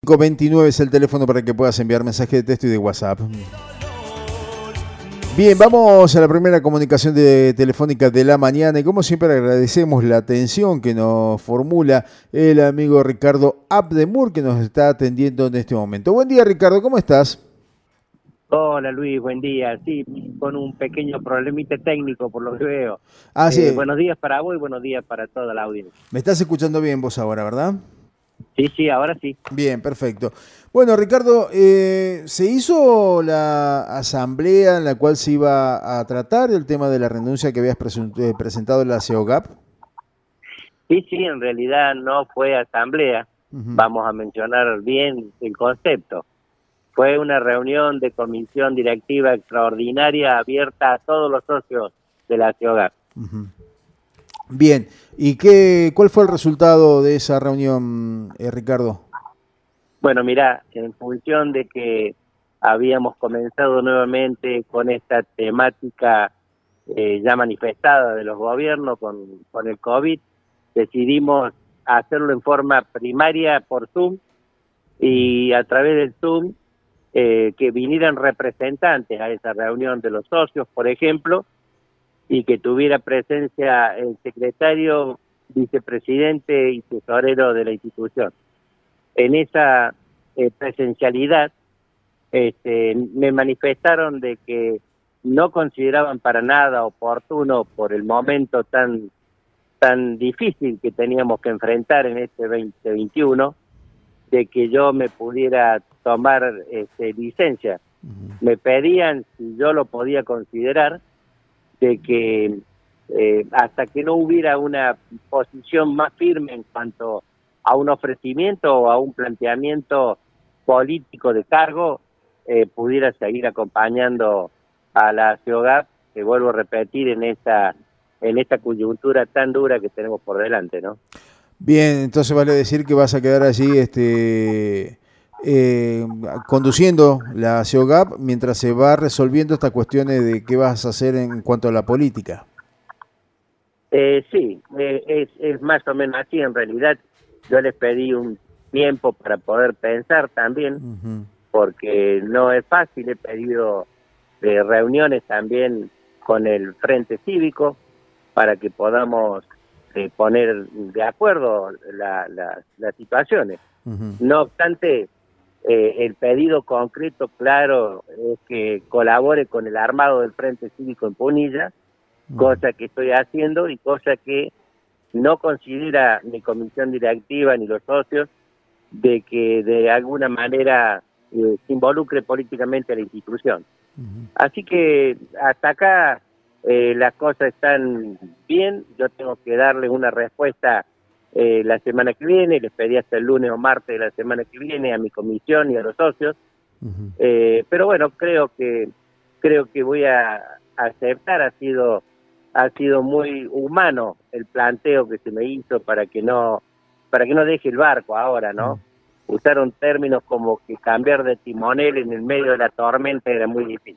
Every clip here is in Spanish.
529 es el teléfono para que puedas enviar mensaje de texto y de WhatsApp. Bien, vamos a la primera comunicación telefónica de la mañana y como siempre agradecemos la atención que nos formula el amigo Ricardo Abdemur que nos está atendiendo en este momento. Buen día, Ricardo, ¿cómo estás? Hola Luis, buen día. Sí, con un pequeño problemita técnico por lo que veo. Ah, sí, Buenos días para vos y buenos días para toda la audiencia. me estás escuchando bien vos ahora, ¿verdad? Sí, sí, ahora sí. Bien, perfecto. Bueno, Ricardo, se hizo la asamblea en la cual se iba a tratar el tema de la renuncia que habías presentado en la CEOGAP. Sí, sí, en realidad no fue asamblea. Ujú. Vamos a mencionar bien el concepto. Fue una reunión de comisión directiva extraordinaria abierta a todos los socios de la CIOGAP. Ujú. Bien, ¿y cuál fue el resultado de esa reunión, Ricardo? Bueno, mira, en función de que habíamos comenzado nuevamente con esta temática ya manifestada de los gobiernos con el COVID, decidimos hacerlo en forma primaria por Zoom y a través del Zoom que vinieran representantes a esa reunión de los socios, por ejemplo, y que tuviera presencia el secretario, vicepresidente y tesorero de la institución. En esa presencialidad me manifestaron de que no consideraban para nada oportuno por el momento tan difícil que teníamos que enfrentar en este 2021, de que yo me pudiera tomar licencia. Ujú. Me pedían si yo lo podía considerar, de que hasta que no hubiera una posición más firme en cuanto a un ofrecimiento o a un planteamiento político de cargo, pudiera seguir acompañando a la CIOGAP, que vuelvo a repetir en esta coyuntura tan dura que tenemos por delante, ¿no? Bien, entonces vale decir que vas a quedar allí eh, conduciendo la CEOGAP mientras se va resolviendo estas cuestiones de qué vas a hacer en cuanto a la política. Sí, es más o menos así. En realidad, yo les pedí un tiempo para poder pensar también, Ujú. porque no es fácil. He pedido reuniones también con el Frente Cívico para que podamos poner de acuerdo las situaciones. Ujú. No obstante, el pedido concreto, claro, es que colabore con el armado del Frente Cívico en Punilla, Ujú. cosa que estoy haciendo y cosa que no considera ni comisión directiva ni los socios de que de alguna manera se involucre políticamente a la institución. Ujú. Así que hasta acá las cosas están bien. Yo tengo que darles una respuesta la semana que viene. Les pedí hasta el lunes o martes de la semana que viene a mi comisión y a los socios. Ujú. Pero bueno, creo que voy a aceptar. Ha sido muy humano el planteo que se me hizo para que no deje el barco ahora, Ujú. ¿no? Usaron términos como que cambiar de timonel en el medio de la tormenta era muy difícil.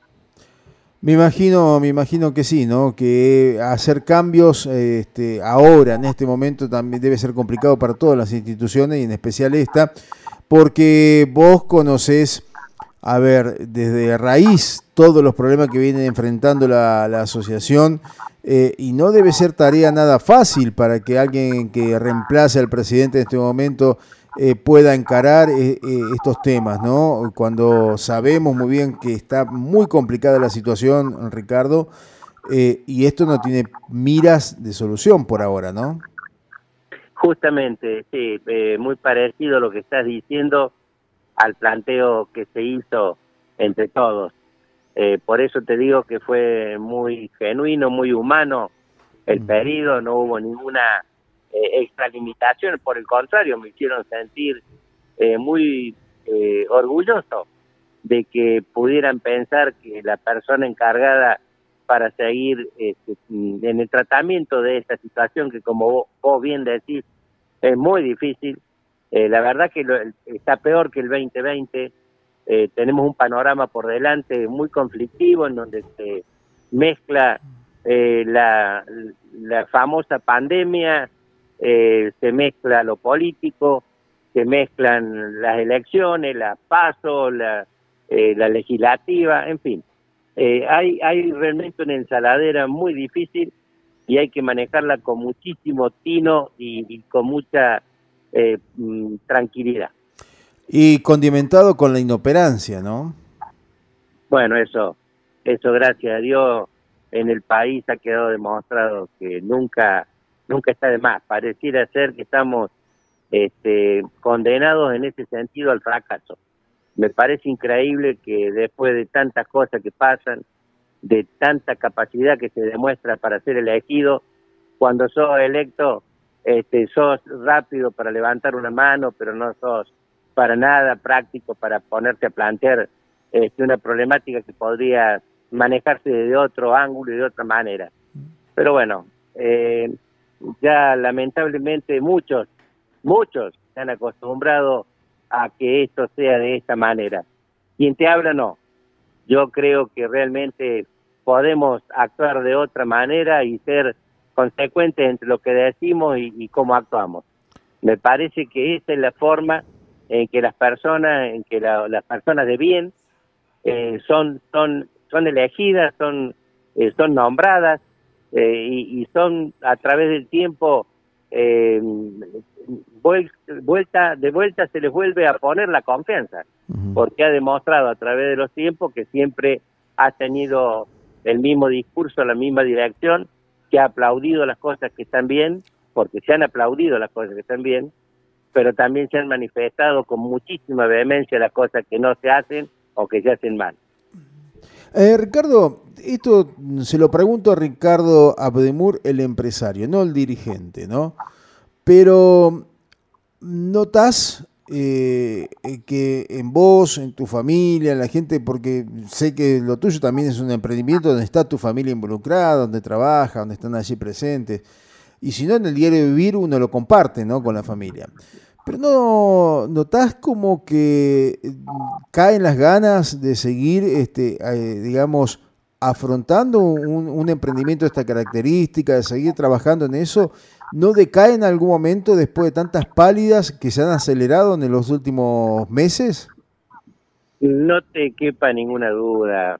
Me imagino que sí, ¿no? Que hacer cambios ahora, en este momento, también debe ser complicado para todas las instituciones y en especial esta, porque vos conocés, a ver, desde raíz todos los problemas que viene enfrentando la asociación y no debe ser tarea nada fácil para que alguien que reemplace al presidente en este momento pueda encarar estos temas, ¿no? Cuando sabemos muy bien que está muy complicada la situación, Ricardo, y esto no tiene miras de solución por ahora, ¿no? Justamente, sí, muy parecido a lo que estás diciendo al planteo que se hizo entre todos. Por eso te digo que fue muy genuino, muy humano el Mm. pedido, no hubo ninguna extralimitación, por el contrario, me hicieron sentir muy orgulloso de que pudieran pensar que la persona encargada para seguir en el tratamiento de esta situación, que como vos bien decís, es muy difícil. La verdad que está peor que el 2020. Tenemos un panorama por delante muy conflictivo en donde se mezcla la famosa pandemia, se mezcla lo político, se mezclan las elecciones, las PASO, la legislativa, en fin. Hay realmente una ensaladera muy difícil y hay que manejarla con muchísimo tino y con mucha tranquilidad. Y condimentado con la inoperancia, ¿no? Bueno, eso gracias a Dios en el país ha quedado demostrado que nunca está de más. Pareciera ser que estamos condenados en ese sentido al fracaso. Me parece increíble que después de tantas cosas que pasan, de tanta capacidad que se demuestra para ser elegido, cuando sos electo, sos rápido para levantar una mano, pero no sos para nada práctico para ponerte a plantear una problemática que podría manejarse de otro ángulo y de otra manera. Pero bueno, ya lamentablemente muchos se han acostumbrado a que esto sea de esta manera. Quien te habla no. Yo creo que realmente podemos actuar de otra manera y ser consecuentes entre lo que decimos y cómo actuamos. Me parece que esa es la forma en que las personas de bien son elegidas, son nombradas y son a través del tiempo de vuelta se les vuelve a poner la confianza, porque ha demostrado a través de los tiempos que siempre ha tenido el mismo discurso, la misma dirección, que ha aplaudido las cosas que están bien, porque se han aplaudido las cosas que están bien, pero también se han manifestado con muchísima vehemencia las cosas que no se hacen o que se hacen mal. Ricardo, esto se lo pregunto a Ricardo Abdemur, el empresario, no el dirigente, ¿no? Pero ¿notás que en vos, en tu familia, en la gente, porque sé que lo tuyo también es un emprendimiento donde está tu familia involucrada, donde trabaja, donde están allí presentes, y si no, en el diario de vivir uno lo comparte, ¿no?, con la familia. Pero ¿no notás como que caen las ganas de seguir, digamos, afrontando un emprendimiento de esta característica, de seguir trabajando en eso? ¿No decae en algún momento después de tantas pálidas que se han acelerado en los últimos meses? No te quepa ninguna duda,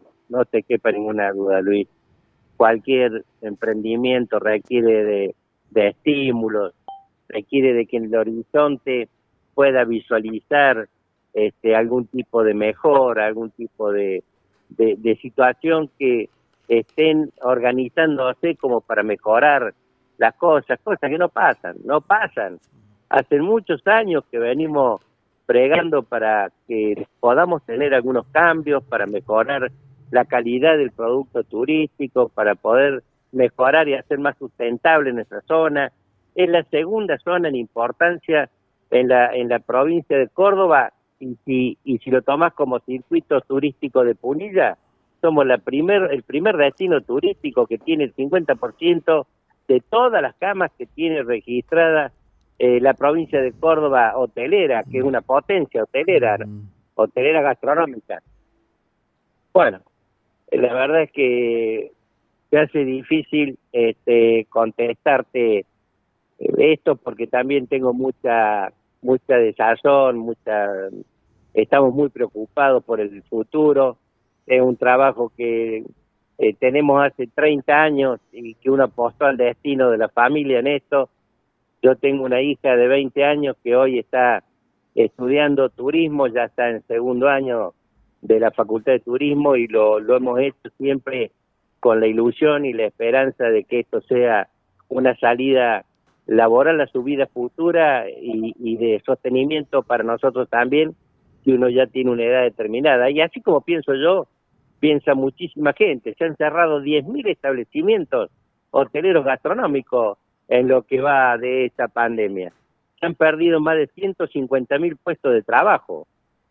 Luis. Cualquier emprendimiento requiere de estímulos, requiere de que en el horizonte pueda visualizar algún tipo de mejora, algún tipo de situación que estén organizándose como para mejorar las cosas que no pasan. Hace muchos años que venimos pregando para que podamos tener algunos cambios, para mejorar la calidad del producto turístico, para poder mejorar y hacer más sustentable nuestra zona. Es la segunda zona en importancia en la provincia de Córdoba, y si lo tomas como circuito turístico de Punilla, somos el primer destino turístico que tiene el 50% de todas las camas que tiene registrada la provincia de Córdoba hotelera, que es una potencia hotelera gastronómica. Bueno, la verdad es que se hace difícil contestarte esto, porque también tengo mucha desazón, estamos muy preocupados por el futuro. Es un trabajo que tenemos hace 30 años y que uno apostó al destino de la familia en esto. Yo tengo una hija de 20 años que hoy está estudiando turismo, ya está en segundo año de la Facultad de Turismo, y lo hemos hecho siempre con la ilusión y la esperanza de que esto sea una salida laboral a su vida futura y de sostenimiento para nosotros también, si uno ya tiene una edad determinada. Y así como pienso yo, piensa muchísima gente. Se han cerrado 10.000 establecimientos hoteleros gastronómicos en lo que va de esta pandemia. Se han perdido más de 150.000 puestos de trabajo.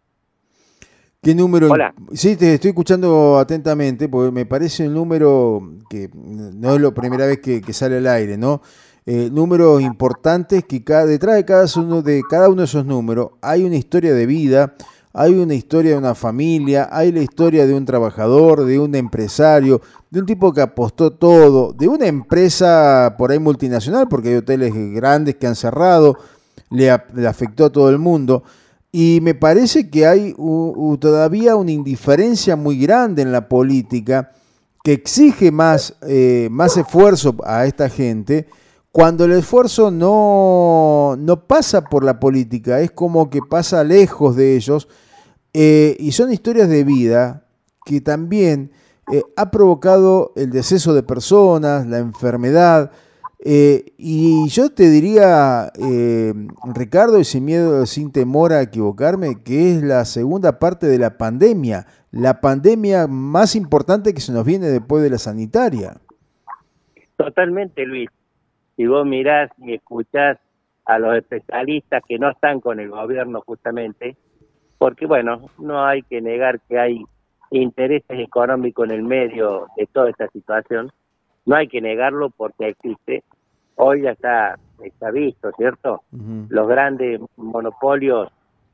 ¿Qué número? Hola. Sí, te estoy escuchando atentamente, porque me parece un número que no es la primera vez que sale al aire, ¿no? Números importantes que detrás de cada uno de esos números hay una historia de vida, hay una historia de una familia, hay la historia de un trabajador, de un empresario, de un tipo que apostó todo, de una empresa por ahí multinacional, porque hay hoteles grandes que han cerrado. le afectó a todo el mundo. Y me parece que hay todavía una indiferencia muy grande en la política que exige más esfuerzo a esta gente, cuando el esfuerzo no pasa por la política, es como que pasa lejos de ellos, y son historias de vida que también ha provocado el deceso de personas, la enfermedad, y yo te diría, Ricardo, y sin miedo, sin temor a equivocarme, que es la segunda parte de la pandemia más importante que se nos viene después de la sanitaria. Totalmente, Luis. Si vos mirás y escuchás a los especialistas que no están con el gobierno justamente, porque bueno, no hay que negar que hay intereses económicos en el medio de toda esta situación, no hay que negarlo porque existe, hoy ya está visto, ¿cierto? Ujú. Los grandes monopolios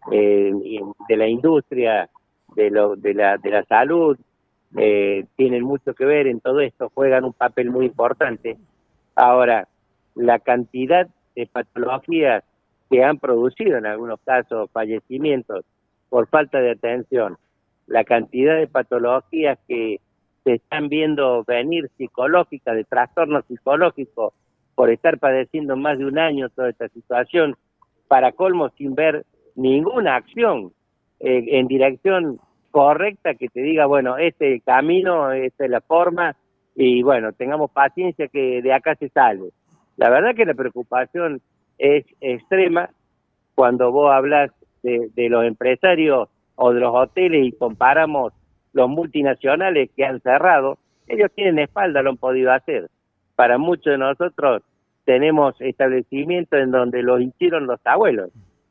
de la industria, de la salud, tienen mucho que ver en todo esto, juegan un papel muy importante. Ahora, la cantidad de patologías que han producido en algunos casos fallecimientos por falta de atención, la cantidad de patologías que se están viendo venir psicológicas, de trastornos psicológicos, por estar padeciendo más de un año toda esta situación, para colmo sin ver ninguna acción en dirección correcta que te diga, bueno, este es el camino, esta es la forma, y bueno, tengamos paciencia que de acá se sale. La verdad que la preocupación es extrema cuando vos hablas de los empresarios o de los hoteles y comparamos los multinacionales que han cerrado. Ellos tienen espalda, lo han podido hacer. Para muchos de nosotros tenemos establecimientos en donde los hicieron los abuelos.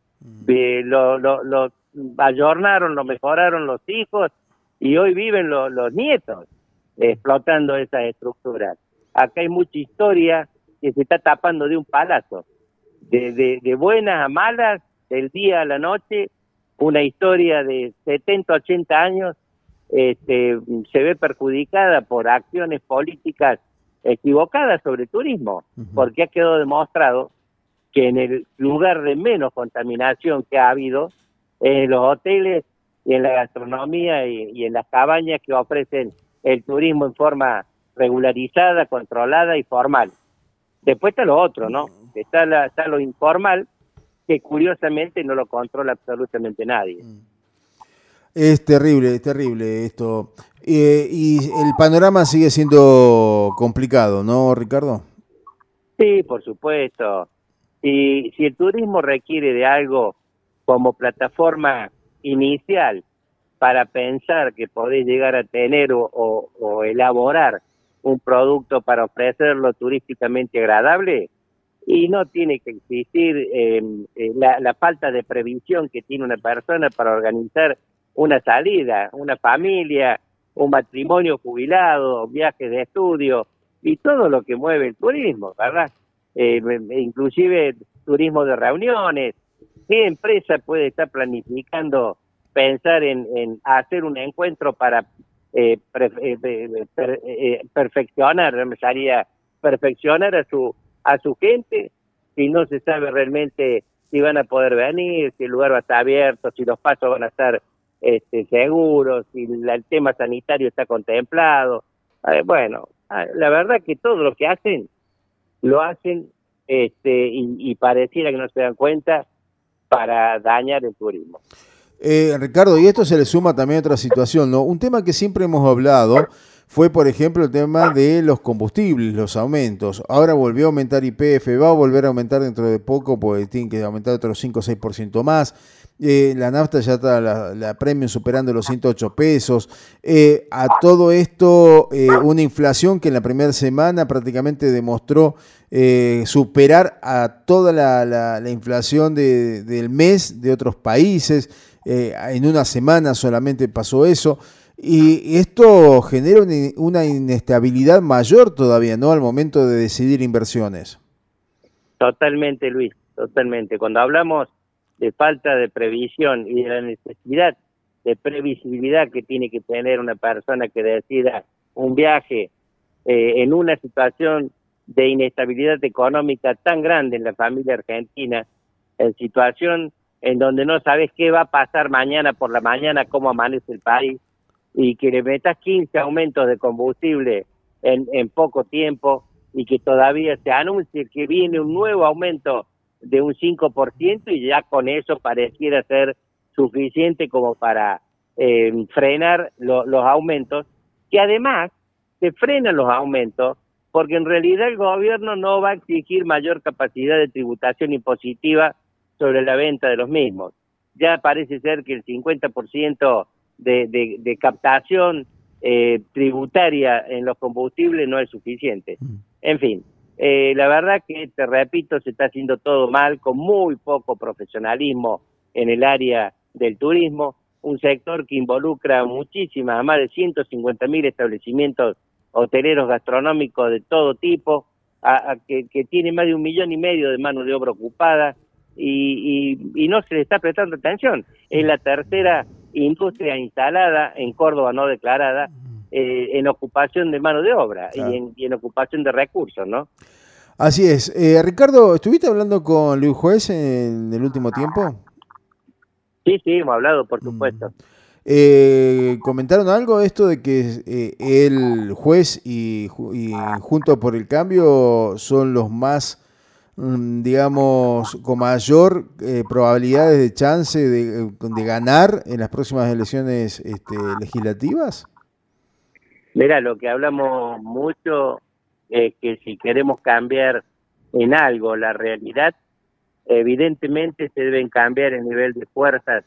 Lo ayornaron, lo mejoraron los hijos y hoy viven los nietos explotando esas estructuras. Acá hay mucha historia que se está tapando de un palazo, de buenas a malas, del día a la noche, una historia de 70, 80 años se ve perjudicada por acciones políticas equivocadas sobre turismo, porque ha quedado demostrado que en el lugar de menos contaminación que ha habido, en los hoteles y en la gastronomía y en las cabañas que ofrecen el turismo en forma regularizada, controlada y formal. Después está lo otro, ¿no? Está lo informal, que curiosamente no lo controla absolutamente nadie. Es terrible esto. Y el panorama sigue siendo complicado, ¿no, Ricardo? Sí, por supuesto. Si el turismo requiere de algo como plataforma inicial para pensar que podés llegar a tener o elaborar un producto para ofrecerlo turísticamente agradable, y no tiene que existir la falta de previsión que tiene una persona para organizar una salida, una familia, un matrimonio jubilado, viajes de estudio y todo lo que mueve el turismo, ¿verdad? Inclusive turismo de reuniones. ¿Qué empresa puede estar planificando pensar en hacer un encuentro para perfeccionar, me salía perfeccionar a su gente, si no se sabe realmente si van a poder venir, si el lugar va a estar abierto, si los pasos van a estar seguros, si el tema sanitario está contemplado? Bueno, la verdad que todo lo que hacen, lo hacen y pareciera que no se dan cuenta para dañar el turismo. Ricardo, y esto se le suma también a otra situación, ¿no? Un tema que siempre hemos hablado fue, por ejemplo, el tema de los combustibles, los aumentos. Ahora volvió a aumentar YPF, va a volver a aumentar dentro de poco, porque tiene que aumentar otros 5 o 6% más. La nafta ya está la premium superando los 108 pesos. A todo esto, una inflación que en la primera semana prácticamente demostró superar a toda la inflación del mes de otros países. En una semana solamente pasó eso. Y esto genera una inestabilidad mayor todavía, ¿no? Al momento de decidir inversiones. Totalmente, Luis, totalmente. Cuando hablamos de falta de previsión y de la necesidad de previsibilidad que tiene que tener una persona que decida un viaje en una situación de inestabilidad económica tan grande en la familia argentina, en situación en donde no sabes qué va a pasar mañana por la mañana, cómo amanece el país, y que le metas 15 aumentos de combustible en poco tiempo, y que todavía se anuncie que viene un nuevo aumento de un 5%, y ya con eso pareciera ser suficiente como para frenar los aumentos, que además se frenan los aumentos porque en realidad el gobierno no va a exigir mayor capacidad de tributación impositiva sobre la venta de los mismos. Ya parece ser que el 50% de captación tributaria en los combustibles no es suficiente. En fin, la verdad que, te repito, se está haciendo todo mal, con muy poco profesionalismo en el área del turismo, un sector que involucra muchísimas, a más de 150.000 establecimientos hoteleros gastronómicos de todo tipo, que tiene más de 1,5 millones de mano de obra ocupada, y no se le está prestando atención. Es la tercera industria instalada en Córdoba no declarada en ocupación de mano de obra, claro, y en ocupación de recursos, ¿no? Así es. Ricardo, ¿estuviste hablando con Luis Juez en el último tiempo? Sí, hemos hablado, por supuesto. ¿Comentaron algo esto de que el Juez y Juntos por el Cambio son los más, digamos, con mayor probabilidades de chance de ganar en las próximas elecciones legislativas? Mira, lo que hablamos mucho es que si queremos cambiar en algo la realidad, evidentemente se deben cambiar el nivel de fuerzas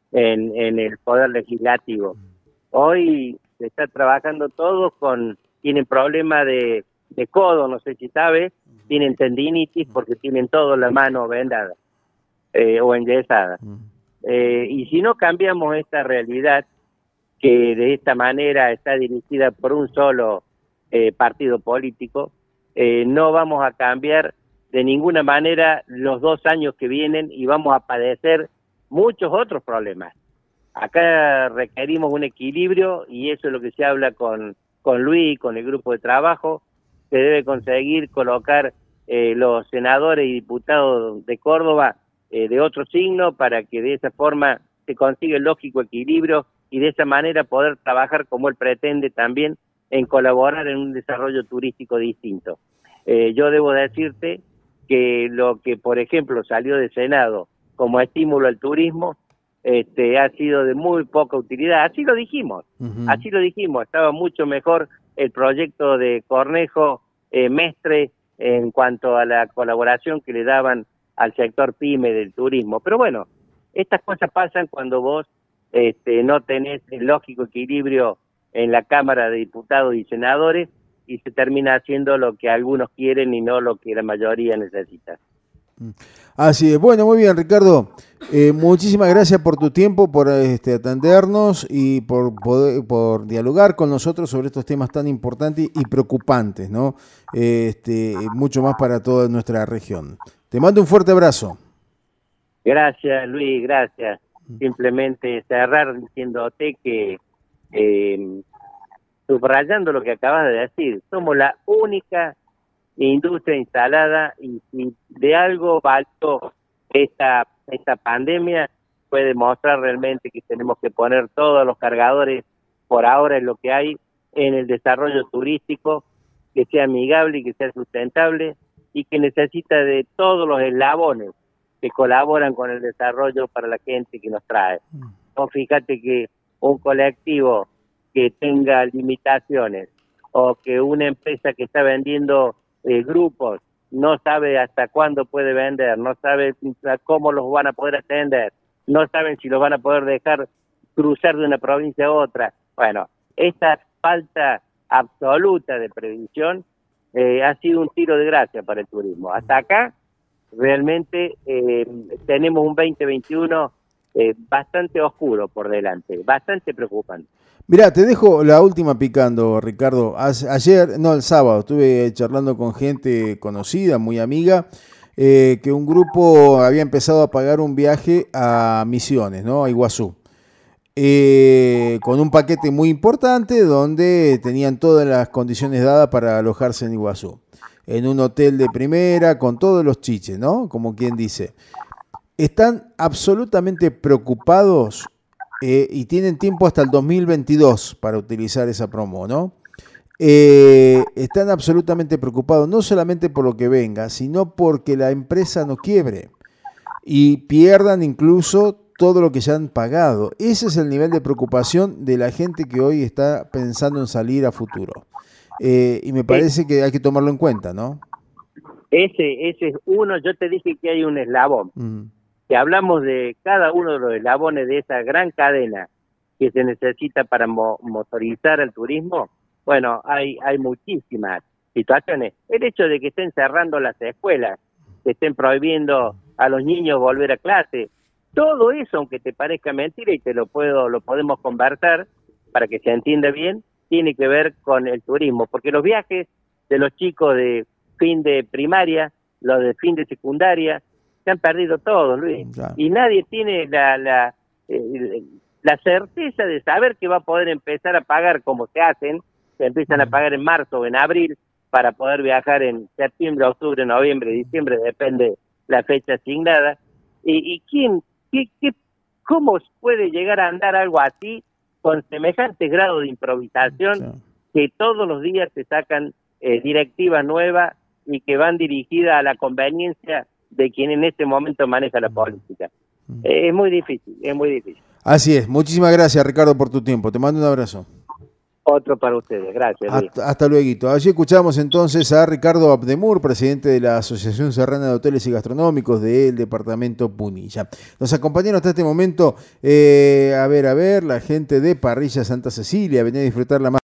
en el poder legislativo. Hoy se está trabajando todos tienen problemas de codo, no sé si sabes, tienen tendinitis porque tienen todo la mano vendada o enyesada. Y si no cambiamos esta realidad, que de esta manera está dirigida por un solo partido político, no vamos a cambiar de ninguna manera los 2 años que vienen, y vamos a padecer muchos otros problemas. Acá requerimos un equilibrio, y eso es lo que se habla con Luis, con el grupo de trabajo. Se debe conseguir colocar los senadores y diputados de Córdoba de otro signo, para que de esa forma se consiga el lógico equilibrio, y de esa manera poder trabajar como él pretende también, en colaborar en un desarrollo turístico distinto. Yo debo decirte que lo que, por ejemplo, salió del Senado como estímulo al turismo, ha sido de muy poca utilidad. Así lo dijimos, estaba mucho mejor el proyecto de Cornejo, Mestre, en cuanto a la colaboración que le daban al sector pyme del turismo. Pero bueno, estas cosas pasan cuando vos no tenés el lógico equilibrio en la Cámara de Diputados y Senadores, y se termina haciendo lo que algunos quieren y no lo que la mayoría necesita. Así es. Bueno, muy bien, Ricardo. Muchísimas gracias por tu tiempo, por atendernos y por dialogar con nosotros sobre estos temas tan importantes y preocupantes, ¿no? Mucho más para toda nuestra región. Te mando un fuerte abrazo. Gracias, Luis, gracias. Simplemente cerrar diciéndote que, subrayando lo que acabas de decir, somos la única industria instalada, y si de algo valió esta pandemia, fue demostrar realmente que tenemos que poner todos los cargadores, por ahora es lo que hay, en el desarrollo turístico, que sea amigable y que sea sustentable, y que necesita de todos los eslabones que colaboran con el desarrollo para la gente que nos trae. No, fíjate que un colectivo que tenga limitaciones, o que una empresa que está vendiendo grupos no sabe hasta cuándo puede vender, no sabe cómo los van a poder atender, no saben si los van a poder dejar cruzar de una provincia a otra. Bueno, esta falta absoluta de previsión ha sido un tiro de gracia para el turismo. Hasta acá realmente tenemos un 2021 bastante oscuro por delante, bastante preocupante. Mirá, te dejo la última picando, Ricardo. El sábado, estuve charlando con gente conocida, muy amiga, que un grupo había empezado a pagar un viaje a Misiones, ¿no? A Iguazú. Con un paquete muy importante donde tenían todas las condiciones dadas para alojarse en Iguazú. En un hotel de primera, con todos los chiches, ¿no? Como quien dice. están absolutamente preocupados y tienen tiempo hasta el 2022 para utilizar esa promo, ¿no? Están absolutamente preocupados, no solamente por lo que venga, sino porque la empresa no quiebre y pierdan incluso todo lo que ya han pagado. Ese es el nivel de preocupación de la gente que hoy está pensando en salir a futuro. Y me parece que hay que tomarlo en cuenta, ¿no? Ese es uno. Yo te dije que hay un eslabón. Que hablamos de cada uno de los eslabones de esa gran cadena que se necesita para motorizar el turismo. Bueno, hay muchísimas situaciones. El hecho de que estén cerrando las escuelas, que estén prohibiendo a los niños volver a clase, todo eso, aunque te parezca mentira, y lo podemos conversar para que se entienda bien, tiene que ver con el turismo, porque los viajes de los chicos de fin de primaria, los de fin de secundaria, se han perdido todos, Luis, y nadie tiene la certeza de saber que va a poder empezar a pagar como se empiezan a pagar en marzo o en abril para poder viajar en septiembre, octubre, noviembre, diciembre, depende la fecha asignada. ¿Y cómo puede llegar a andar algo así con semejante grado de improvisación que todos los días se sacan directivas nuevas y que van dirigidas a la conveniencia de quien en este momento maneja la política? Es muy difícil, es muy difícil. Así es. Muchísimas gracias, Ricardo, por tu tiempo. Te mando un abrazo. Otro para ustedes. Gracias. Hasta luego. Allí escuchamos entonces a Ricardo Abdemur, presidente de la Asociación Serrana de Hoteles y Gastronómicos del departamento Punilla. Nos acompañaron hasta este momento, la gente de Parrilla Santa Cecilia. Venía a disfrutar la